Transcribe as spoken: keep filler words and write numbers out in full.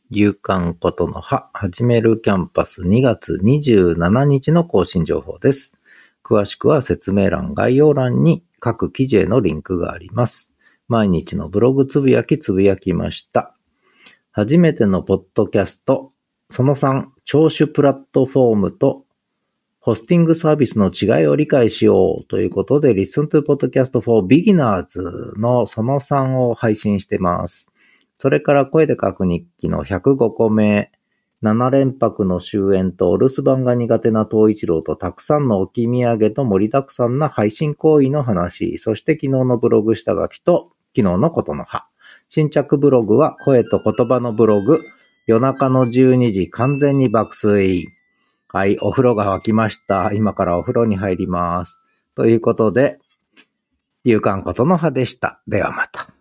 夕刊ことの葉始めるキャンパスにがつにじゅうしちにちの更新情報です。詳しくは説明欄概要欄に各記事へのリンクがあります。毎日のブログつぶやきつぶやきました。初めてのポッドキャストそのさん聴取プラットフォームとホスティングサービスの違いを理解しようということで Listen to Podcast for Beginners のそのさんを配信してます。それから声で書く日記のひゃくごこめ、なな連泊の終焉とお留守番が苦手な東一郎とたくさんの置き土産と盛りだくさんな配信行為の話、そして昨日のブログ下書きと昨日のことの葉。新着ブログは声と言葉のブログ、夜中のじゅうにじ完全に爆睡。はい、お風呂が沸きました。今からお風呂に入ります。ということで、夕刊ことの葉でした。ではまた。